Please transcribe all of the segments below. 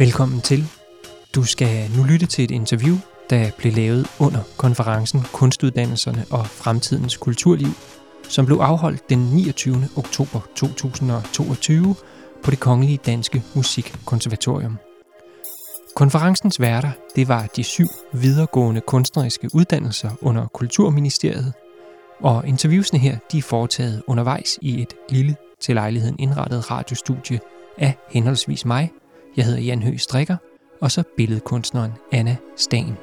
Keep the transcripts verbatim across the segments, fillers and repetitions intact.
Velkommen til. Du skal nu lytte til et interview, der blev lavet under konferencen Kunstuddannelserne og Fremtidens Kulturliv, som blev afholdt den niogtyvende oktober to tusind og toogtyve på Det Kongelige Danske Musikkonservatorium. Konferencens værter, det var de syv videregående kunstneriske uddannelser under Kulturministeriet, og interviewsene her, de er foretaget undervejs i et lille til lejligheden indrettet radiostudie af henholdsvis mig, jeg hedder Jan Høgh Strikker, og så billedkunstneren Anna Stan.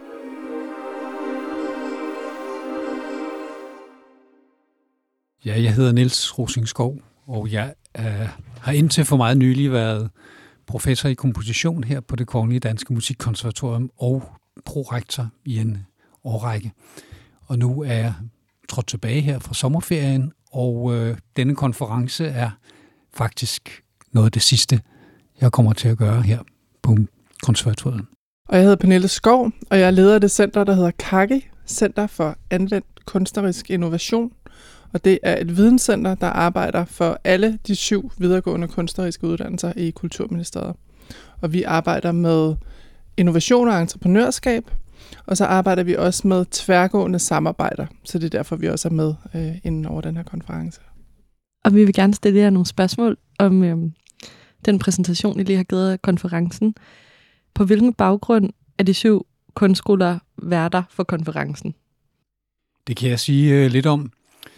Ja, jeg hedder Niels Rosing-Schow, og jeg øh, har indtil for meget nylig været professor i komposition her på Det Kongelige Danske Musikkonservatorium og prorektor i en årrække. Og nu er jeg trådt tilbage her fra sommerferien, og øh, denne konference er faktisk noget af det sidste, jeg kommer til at gøre her på konservatoriet. Og jeg hedder Pernille Skov, og jeg er leder af det center, der hedder KAGI, Center for Anvendt Kunstnerisk Innovation. Og det er et videnscenter, der arbejder for alle de syv videregående kunstneriske uddannelser i Kulturministeriet. Og vi arbejder med innovation og entreprenørskab, og så arbejder vi også med tværgående samarbejder. Så det er derfor, vi også er med øh, inden over den her konference. Og vi vil gerne stille jer nogle spørgsmål om øh, den præsentation, I lige har givet af konferencen. På hvilken baggrund er de syv kunstskoler værter for konferencen? Det kan jeg sige øh, lidt om.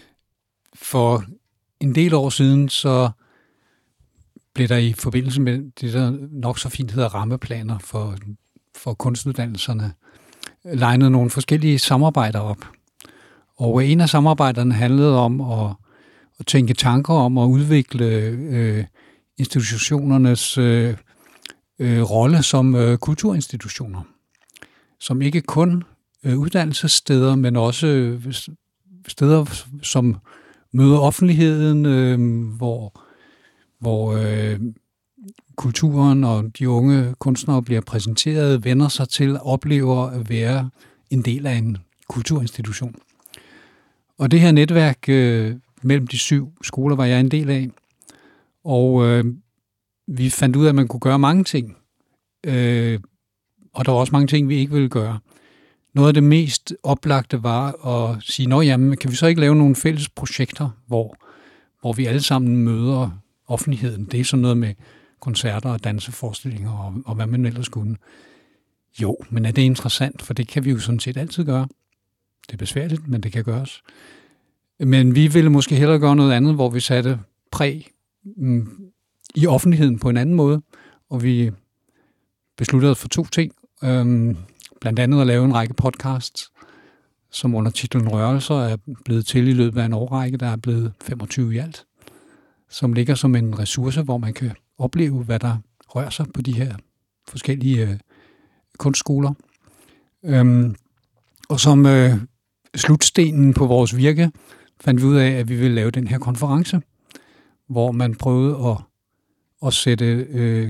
For en del år siden, så blev der i forbindelse med det, der nok så fint hedder rammeplaner for, for kunstuddannelserne, legnet nogle forskellige samarbejder op. Og en af samarbejderne handlede om at, at tænke tanker om at udvikle øh, institutionernes øh, øh, rolle som øh, kulturinstitutioner, som ikke kun øh, uddannelsessteder, men også øh, steder, som møder offentligheden, øh, hvor, hvor øh, kulturen og de unge kunstnere bliver præsenteret, vender sig til, oplever at være en del af en kulturinstitution. Og det her netværk øh, mellem de syv skoler var jeg en del af, og øh, vi fandt ud af, at man kunne gøre mange ting, øh, og der var også mange ting, vi ikke ville gøre. Noget af det mest oplagte var at sige, nå jamen, kan vi så ikke lave nogle fælles projekter, hvor, hvor vi alle sammen møder offentligheden? Det er sådan noget med koncerter og danseforestillinger og, og hvad man ellers kunne. Jo, men er det interessant? For det kan vi jo sådan set altid gøre. Det er besværligt, men det kan gøres. Men vi ville måske hellere gøre noget andet, hvor vi satte præg mm, i offentligheden på en anden måde, og vi besluttede os for to ting. Øhm, Blandt andet at lave en række podcasts, som under titlen Rørelser er blevet til i løbet af en årrække, der er blevet femogtyve i alt, som ligger som en ressource, hvor man kan opleve, hvad der rører sig på de her forskellige øh, kunstskoler. Øhm, og som øh, slutstenen på vores virke fandt vi ud af, at vi ville lave den her konference, hvor man prøvede at, at sætte øh,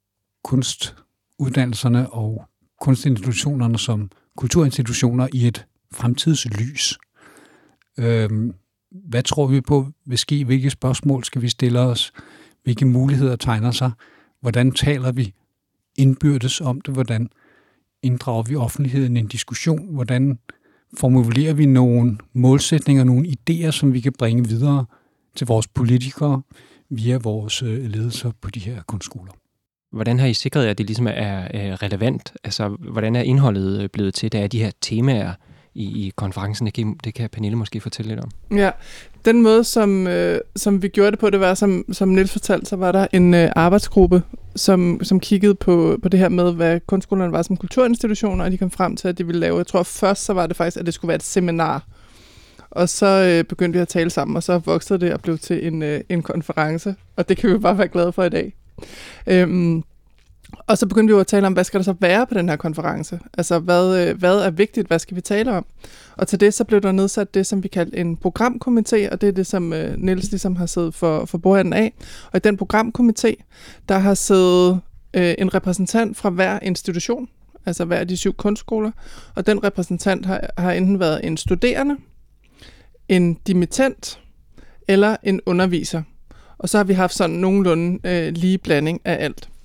kunstuddannelserne og kunstinstitutionerne som kulturinstitutioner i et fremtidslys. Øhm, hvad tror vi på vil ske? Hvilke spørgsmål skal vi stille os? Hvilke muligheder tegner sig? Hvordan taler vi indbyrdes om det? Hvordan inddrager vi offentligheden i en diskussion? Hvordan formulerer vi nogle målsætninger, nogle idéer, som vi kan bringe videre til vores politikere via vores ledelser på de her kunstskoler? Hvordan har I sikret, at det ligesom er relevant? Altså, hvordan er indholdet blevet til? Der er de her temaer i, i konferencen. Det kan, det kan Pernille måske fortælle lidt om. Ja, den måde, som, øh, som vi gjorde det på, det var, som, som Niels fortalte, så var der en øh, arbejdsgruppe, som, som kiggede på, på det her med, hvad kunstskolerne var som kulturinstitutioner, og de kom frem til, at de ville lave, jeg tror først, så var det faktisk, at det skulle være et seminar. Og så øh, begyndte vi at tale sammen, og så voksede det og blev til en, øh, en konference, og det kan vi bare være glade for i dag. Øhm, og så begyndte vi jo at tale om, hvad skal der så være på den her konference? Altså, hvad, øh, hvad er vigtigt? Hvad skal vi tale om? Og til det så blev der nedsat det, som vi kaldte en programkomité, og det er det, som øh, Niels ligesom har siddet for, for bordenden af. Og i den programkomité, der har siddet øh, en repræsentant fra hver institution, altså hver af de syv kunstskoler, og den repræsentant har, har enten været en studerende, en dimittent eller en underviser. Og så har vi haft sådan nogenlunde øh, lige blanding af alt.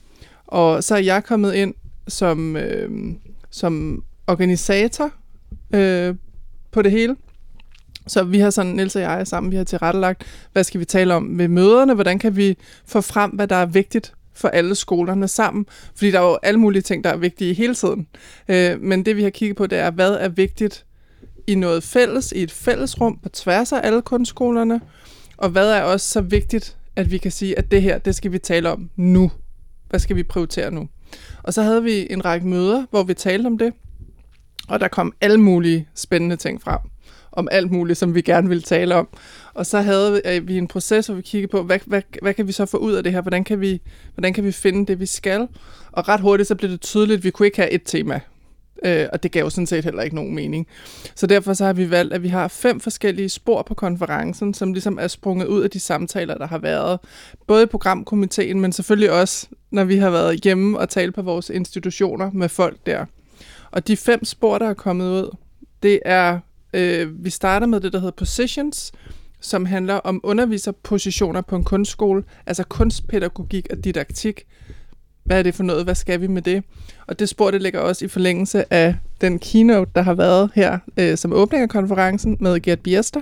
Og så er jeg kommet ind som, øh, som organisator øh, på det hele. Så vi har sådan, Niels og jeg sammen, vi har tilrettelagt, hvad skal vi tale om ved møderne, hvordan kan vi få frem, hvad der er vigtigt for alle skolerne sammen, fordi der er jo alle mulige ting, der er vigtige hele tiden. Øh, men det vi har kigget på, det er, hvad er vigtigt i noget fælles, i et fællesrum på tværs af alle kunstskolerne, og hvad er også så vigtigt, at vi kan sige, at det her, det skal vi tale om nu. Hvad skal vi prioritere nu? Og så havde vi en række møder, hvor vi talte om det, og der kom alle mulige spændende ting frem, om alt muligt, som vi gerne ville tale om. Og så havde vi en proces, hvor vi kiggede på, hvad, hvad, hvad kan vi så få ud af det her? Hvordan kan vi, hvordan kan vi finde det, vi skal? Og ret hurtigt så blev det tydeligt, at vi kunne ikke have et tema. Øh, og det gav jo sådan set heller ikke nogen mening. Så derfor så har vi valgt, at vi har fem forskellige spor på konferencen, som ligesom er sprunget ud af de samtaler, der har været. Både i programkomiteen, men selvfølgelig også, når vi har været hjemme og talt på vores institutioner med folk der. Og de fem spor, der er kommet ud, det er, øh, vi starter med det, der hedder Positions, som handler om underviserpositioner på en kunstskole, altså kunstpædagogik og didaktik. Hvad er det for noget? Hvad skal vi med det? Og det spor, det ligger også i forlængelse af den keynote, der har været her øh, som åbning af konferencen med Gert Bierster.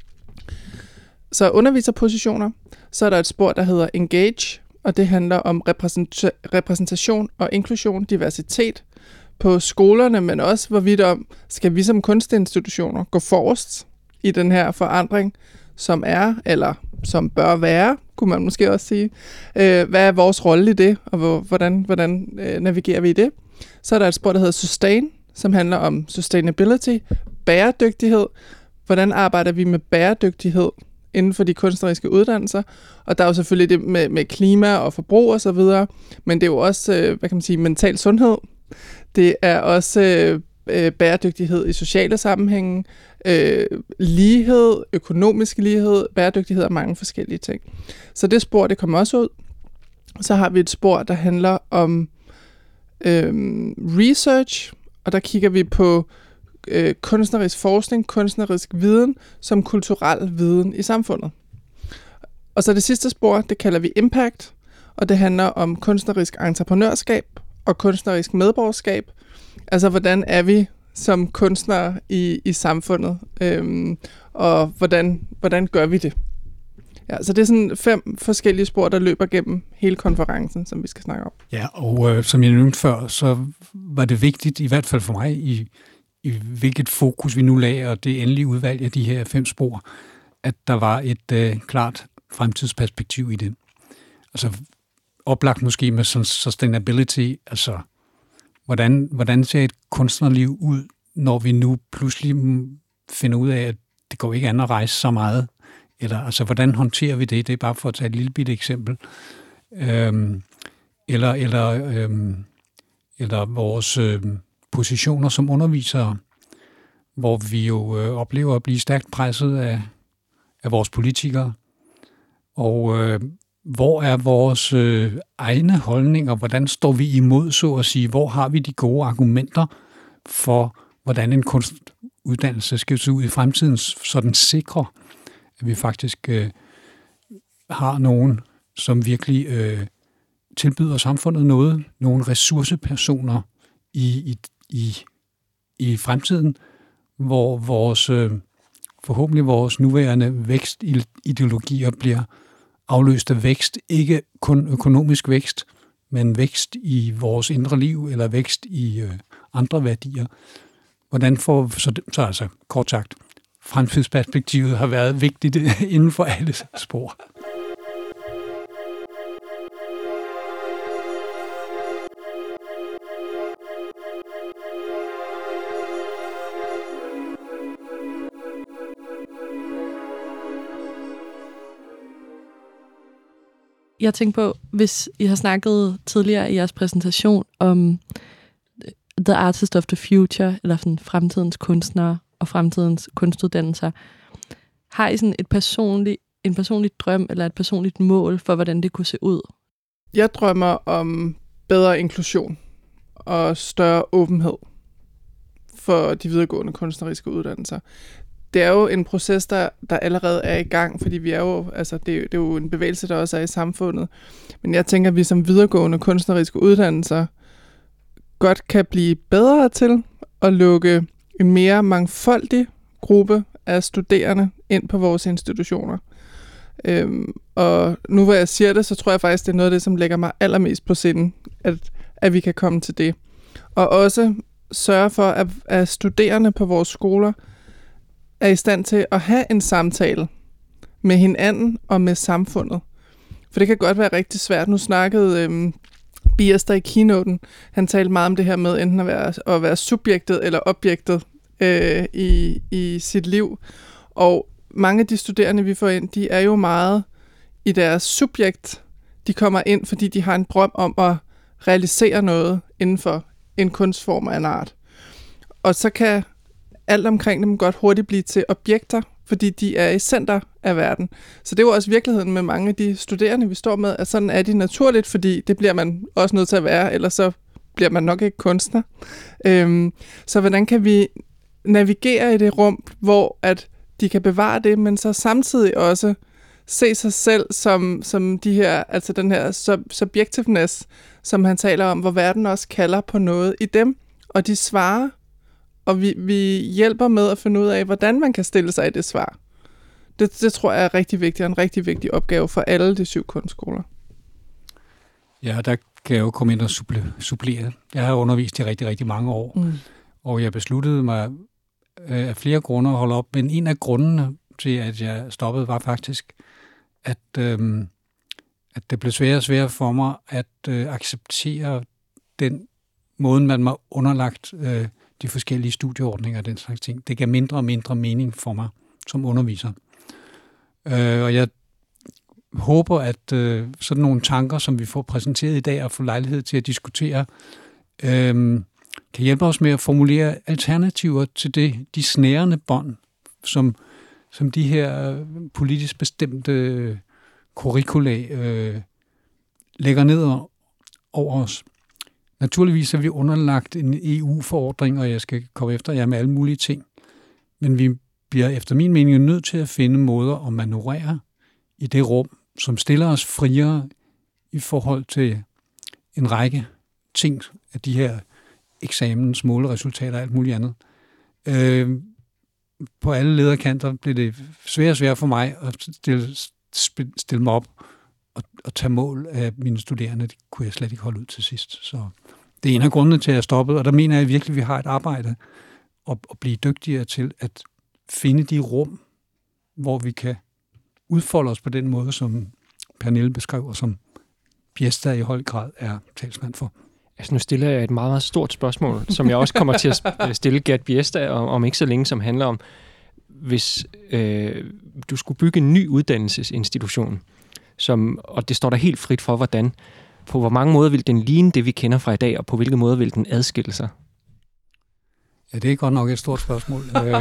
Så underviserpositioner. Så er der et spor, der hedder Engage, og det handler om repræsenta- repræsentation og inklusion, diversitet på skolerne, men også hvorvidt om, skal vi som kunstinstitutioner gå forrest i den her forandring, som er, eller som bør være, kunne man måske også sige. Øh, hvad er vores rolle i det, og hvor, hvordan, hvordan øh, navigerer vi i det? Så er der et spor, der hedder Sustain, som handler om sustainability, bæredygtighed. Hvordan arbejder vi med bæredygtighed inden for de kunstneriske uddannelser? Og der er jo selvfølgelig det med, med klima og forbrug og så videre, men det er jo også, øh, hvad kan man sige, mental sundhed. Det er også øh, bæredygtighed i sociale sammenhænge, øh, lighed, økonomisk lighed, bæredygtighed og mange forskellige ting. Så det spor, det kommer også ud. Så har vi et spor, der handler om øh, research, og der kigger vi på øh, kunstnerisk forskning, kunstnerisk viden som kulturel viden i samfundet. Og så det sidste spor, det kalder vi impact, og det handler om kunstnerisk entreprenørskab og kunstnerisk medborgerskab. Altså, hvordan er vi som kunstnere i, i samfundet, øhm, og hvordan, hvordan gør vi det? Ja, så det er sådan fem forskellige spor, der løber gennem hele konferencen, som vi skal snakke om. Ja, og øh, som jeg nævnte før, så var det vigtigt, i hvert fald for mig, i, i hvilket fokus vi nu lagde, og det endelige udvalg af de her fem spor, at der var et øh, klart fremtidsperspektiv i det. Altså oplagt måske med sådan sustainability, altså hvordan, hvordan ser et kunstnerliv ud, når vi nu pludselig finder ud af, at det går ikke an at rejse så meget, eller altså hvordan håndterer vi det? Det er bare for at tage et lille bitte eksempel. Øhm, eller, eller, øhm, eller vores øhm, positioner som undervisere, hvor vi jo øh, oplever at blive stærkt presset af, af vores politikere, og øh, hvor er vores øh, egne holdninger, hvordan står vi imod, så at sige, hvor har vi de gode argumenter for, hvordan en kunstuddannelse skal se ud i fremtiden, så den sikrer, at vi faktisk øh, har nogen, som virkelig øh, tilbyder samfundet noget, nogle ressourcepersoner i, i, i, i fremtiden, hvor vores, øh, forhåbentlig vores nuværende vækstideologier bliver afløst af vækst, ikke kun økonomisk vækst, men vækst i vores indre liv, eller vækst i øh, andre værdier. Hvordan får, så, så altså kort sagt, fremtidsperspektivet har været vigtigt inden for alle spor. Jeg tænker på, hvis I har snakket tidligere i jeres præsentation om The Artist of the Future, eller sådan fremtidens kunstnere og fremtidens kunstuddannelser, har I sådan et personligt, en personlig drøm eller et personligt mål for, hvordan det kunne se ud? Jeg drømmer om bedre inklusion og større åbenhed for de videregående kunstneriske uddannelser. det er jo en proces, der, der allerede er i gang, fordi vi er jo, altså det, det er jo en bevægelse, der også er i samfundet. Men jeg tænker, at vi som videregående kunstneriske uddannelser godt kan blive bedre til at lukke en mere mangfoldig gruppe af studerende ind på vores institutioner. Øhm, og nu hvor jeg siger det, så tror jeg faktisk, det er noget af det, som lægger mig allermest på sinden, at, at vi kan komme til det. Og også sørge for, at, at studerende på vores skoler er i stand til at have en samtale med hinanden og med samfundet. For det kan godt være rigtig svært. Nu snakkede øhm, Biester i keynoten, han talte meget om det her med enten at være, at være subjektet eller objektet øh, i, i sit liv. Og mange af de studerende, vi får ind, de er jo meget i deres subjekt. De kommer ind, fordi de har en drøm om at realisere noget inden for en kunstform af en art. Og så kan alt omkring dem godt hurtigt blive til objekter, fordi de er i center af verden. Så det er jo også virkeligheden med mange af de studerende, vi står med, at sådan er de naturligt, fordi det bliver man også nødt til at være, ellers så bliver man nok ikke kunstner. Øhm, så hvordan kan vi navigere i det rum, hvor at de kan bevare det, men så samtidig også se sig selv som, som de her, altså den her sub- subjectiveness, som han taler om, hvor verden også kalder på noget i dem, og de svarer, og vi, vi hjælper med at finde ud af, hvordan man kan stille sig i det svar. Det, det tror jeg er rigtig vigtigt, og en rigtig vigtig opgave for alle de syv kunstskoler. Ja, der kan jeg jo komme ind og supplere. Jeg har undervist i rigtig, rigtig mange år, mm. og jeg besluttede mig af flere grunde at holde op, men en af grundene til, at jeg stoppede, var faktisk, at, øhm, at det blev sværere og sværere for mig at øh, acceptere den måde, man var underlagt øh, de forskellige studieordninger og den slags ting. Det gav mindre og mindre mening for mig som underviser. Øh, og jeg håber, at øh, sådan nogle tanker, som vi får præsenteret i dag og får lejlighed til at diskutere, øh, kan hjælpe os med at formulere alternativer til det, de snærende bånd, som, som de her politisk bestemte curricula øh, lægger ned over os. Naturligvis er vi underlagt en E U-forordring, og jeg skal komme efter jer med alle mulige ting. Men vi bliver efter min mening nødt til at finde måder at manøvrere i det rum, som stiller os friere i forhold til en række ting af de her eksamens måleresultater og alt muligt andet. Øh, på alle lederkanter blev det svært og svært for mig at stille, stille mig op og, og tage mål af mine studerende. Det kunne jeg slet ikke holde ud til sidst. Så det er en af grundene til, at jeg stoppede, og der mener jeg virkelig, at vi har et arbejde at, at blive dygtigere til at finde de rum, hvor vi kan udfolde os på den måde, som Pernille beskrev, og som Biester i høj grad er talsmand for. Altså nu stiller jeg et meget, meget stort spørgsmål, som jeg også kommer til at stille Gert Biester om, om ikke så længe, som handler om, hvis øh, du skulle bygge en ny uddannelsesinstitution, som, og det står der helt frit for, hvordan, på hvor mange måder vil den ligne det, vi kender fra i dag, og på hvilke måder vil den adskille sig? Ja, det er godt nok et stort spørgsmål.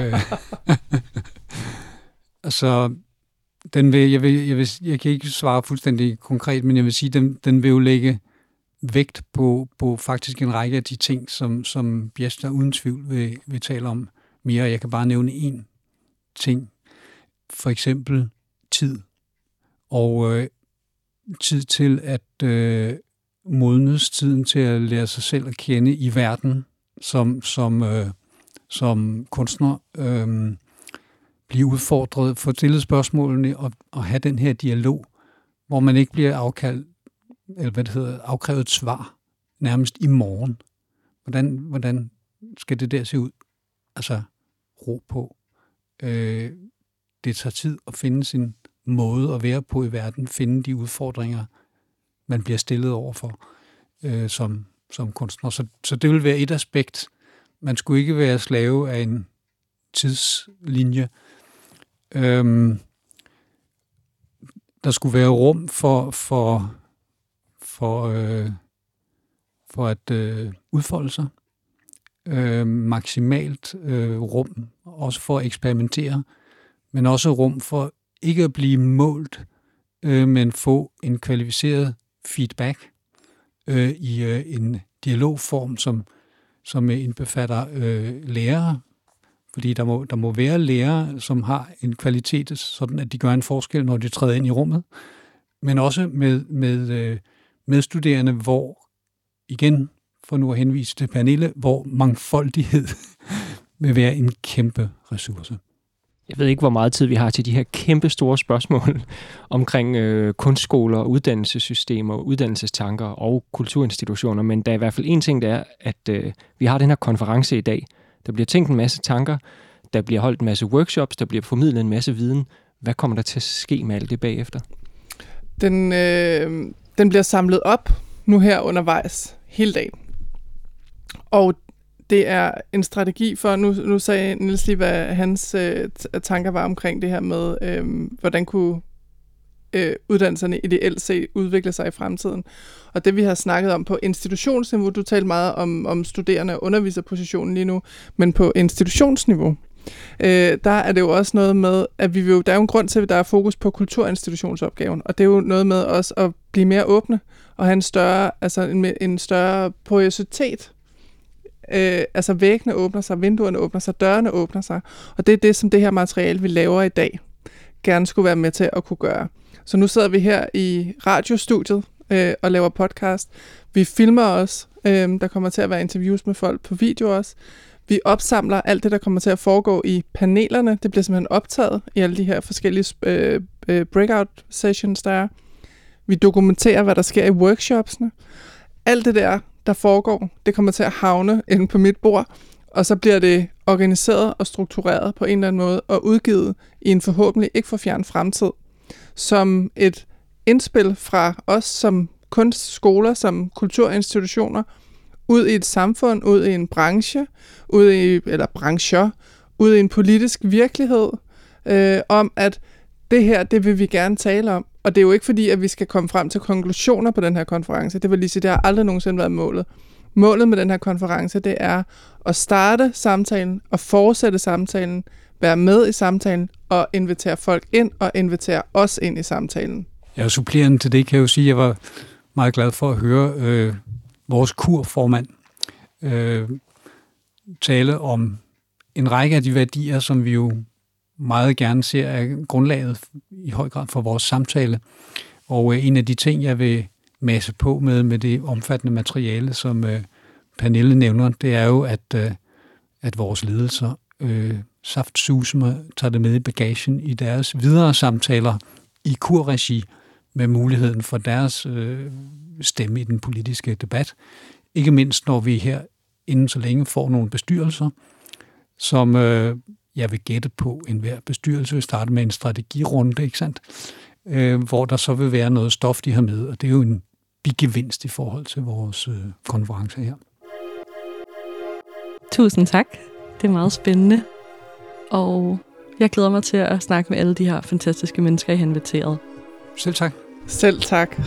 altså, den vil, jeg, vil, jeg, vil, jeg kan ikke svare fuldstændig konkret, men jeg vil sige, den, den vil jo lægge vægt på, på faktisk en række af de ting, som, som Biester uden tvivl vil, vil tale om mere. Jeg kan bare nævne én ting. For eksempel tid. Og øh, tid til at øh, modnes, tiden til at lære sig selv at kende i verden som, som, øh, som kunstner. Øh, blive udfordret, få stillet spørgsmålene og, og have den her dialog, hvor man ikke bliver afkaldt, eller hvad det hedder, afkrævet et svar, nærmest i morgen. Hvordan, hvordan skal det der se ud? Altså, ro på. Øh, det tager tid at finde sin måde at være på i verden, finde de udfordringer, man bliver stillet overfor øh, som, som kunstner. Så, så det vil være et aspekt. Man skulle ikke være slave af en tidslinje. Øhm, der skulle være rum for, for for, øh, for at øh, udfolde sig. Øh, maksimalt øh, rum, også for at eksperimentere, men også rum for ikke at blive målt, øh, men få en kvalificeret feedback øh, i øh, en dialogform, som, som indbefatter øh, lærere, Fordi der må, der må være lærere, som har en kvalitet, sådan at de gør en forskel, når de træder ind i rummet. Men også med, med, med studerende, hvor, igen, for nu at henvise til Pernille, hvor mangfoldighed vil være en kæmpe ressource. Jeg ved ikke, hvor meget tid vi har til de her kæmpe store spørgsmål omkring øh, kunstskoler, uddannelsessystemer, uddannelsestanker og kulturinstitutioner, men der er i hvert fald en ting, der er, at øh, vi har den her konference i dag. Der bliver tænkt en masse tanker, der bliver holdt en masse workshops, der bliver formidlet en masse viden. Hvad kommer der til at ske med alt det bagefter? Den, øh, den bliver samlet op nu her undervejs hele dagen. Og det er en strategi for, nu, nu sagde Niels lige, hvad hans øh, tanker var omkring det her med, øh, hvordan kunne øh, uddannelserne ideelt set udvikle sig i fremtiden. Og det vi har snakket om på institutionsniveau, du talte meget om, om studerende og underviserpositionen lige nu, men på institutionsniveau, øh, der er det jo også noget med, at vi vil, der er jo en grund til, at der er fokus på kulturinstitutionsopgaven, og det er jo noget med også at blive mere åbne og have en større, altså en, en større porøsitet. Øh, altså væggene åbner sig, vinduerne åbner sig, dørene åbner sig. Og det er det, som det her materiale, vi laver i dag, gerne skulle være med til at kunne gøre. Så nu sidder vi her i radiostudiet øh, og laver podcast. Vi filmer også. Øh, der kommer til at være interviews med folk på video også. Vi opsamler alt det, der kommer til at foregå i panelerne. Det bliver simpelthen optaget i alle de her forskellige øh, øh, breakout sessions, der er. Vi dokumenterer, hvad der sker i workshopsene. Alt det der, der foregår, det kommer til at havne inde på mit bord, og så bliver det organiseret og struktureret på en eller anden måde, og udgivet i en forhåbentlig ikke for fjern fremtid, som et indspil fra os som kunstskoler, som kulturinstitutioner, ud i et samfund, ud i en branche, ud i, eller brancher, ud i en politisk virkelighed, øh, om at det her, det vil vi gerne tale om. Og det er jo ikke fordi, at vi skal komme frem til konklusioner på den her konference. Det vil lige sige, det har aldrig nogensinde været målet. Målet med den her konference, det er at starte samtalen og fortsætte samtalen, være med i samtalen og invitere folk ind og invitere os ind i samtalen. Ja, og supplerende til det kan jeg jo sige, at jeg var meget glad for at høre øh, vores kurformand øh, tale om en række af de værdier, som vi jo meget gerne ser er grundlaget i høj grad for vores samtale. Og øh, en af de ting, jeg vil masse på med, med det omfattende materiale, som øh, Pernille nævner, det er jo, at, øh, at vores ledelser øh, saftsuser tager det med i bagagen i deres videre samtaler i kurregi med muligheden for deres øh, stemme i den politiske debat. Ikke mindst, når vi her inden så længe får nogle bestyrelser, som øh, jeg vil gætte på, enhver bestyrelse vil starte med en strategirunde, ikke sandt? Øh, hvor der så vil være noget stof, de har med, og det er jo en bigevinst i forhold til vores øh, konference her. Tusind tak. Det er meget spændende, og jeg glæder mig til at snakke med alle de her fantastiske mennesker, I har inviteret. Selv tak. Selv tak.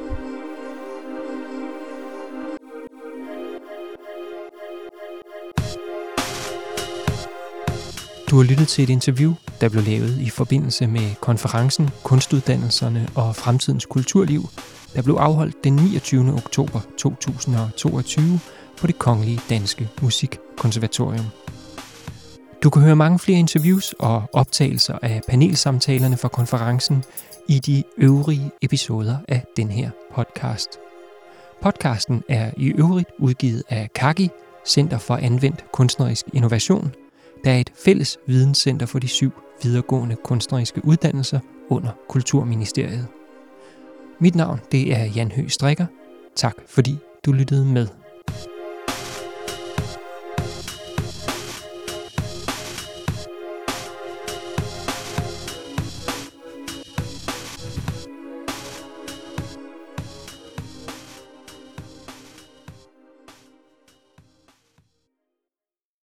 Du har lyttet til et interview, der blev lavet i forbindelse med konferencen Kunstuddannelserne og Fremtidens Kulturliv, der blev afholdt den niogtyvende oktober to tusind og toogtyve på Det Kongelige Danske Musikkonservatorium. Du kan høre mange flere interviews og optagelser af panelsamtalerne for konferencen i de øvrige episoder af den her podcast. Podcasten er i øvrigt udgivet af Kagi, Center for Anvendt Kunstnerisk Innovation, der er et fælles videnscenter for de syv videregående kunstneriske uddannelser under Kulturministeriet. Mit navn det er Jan Høgh Strikker. Tak fordi du lyttede med.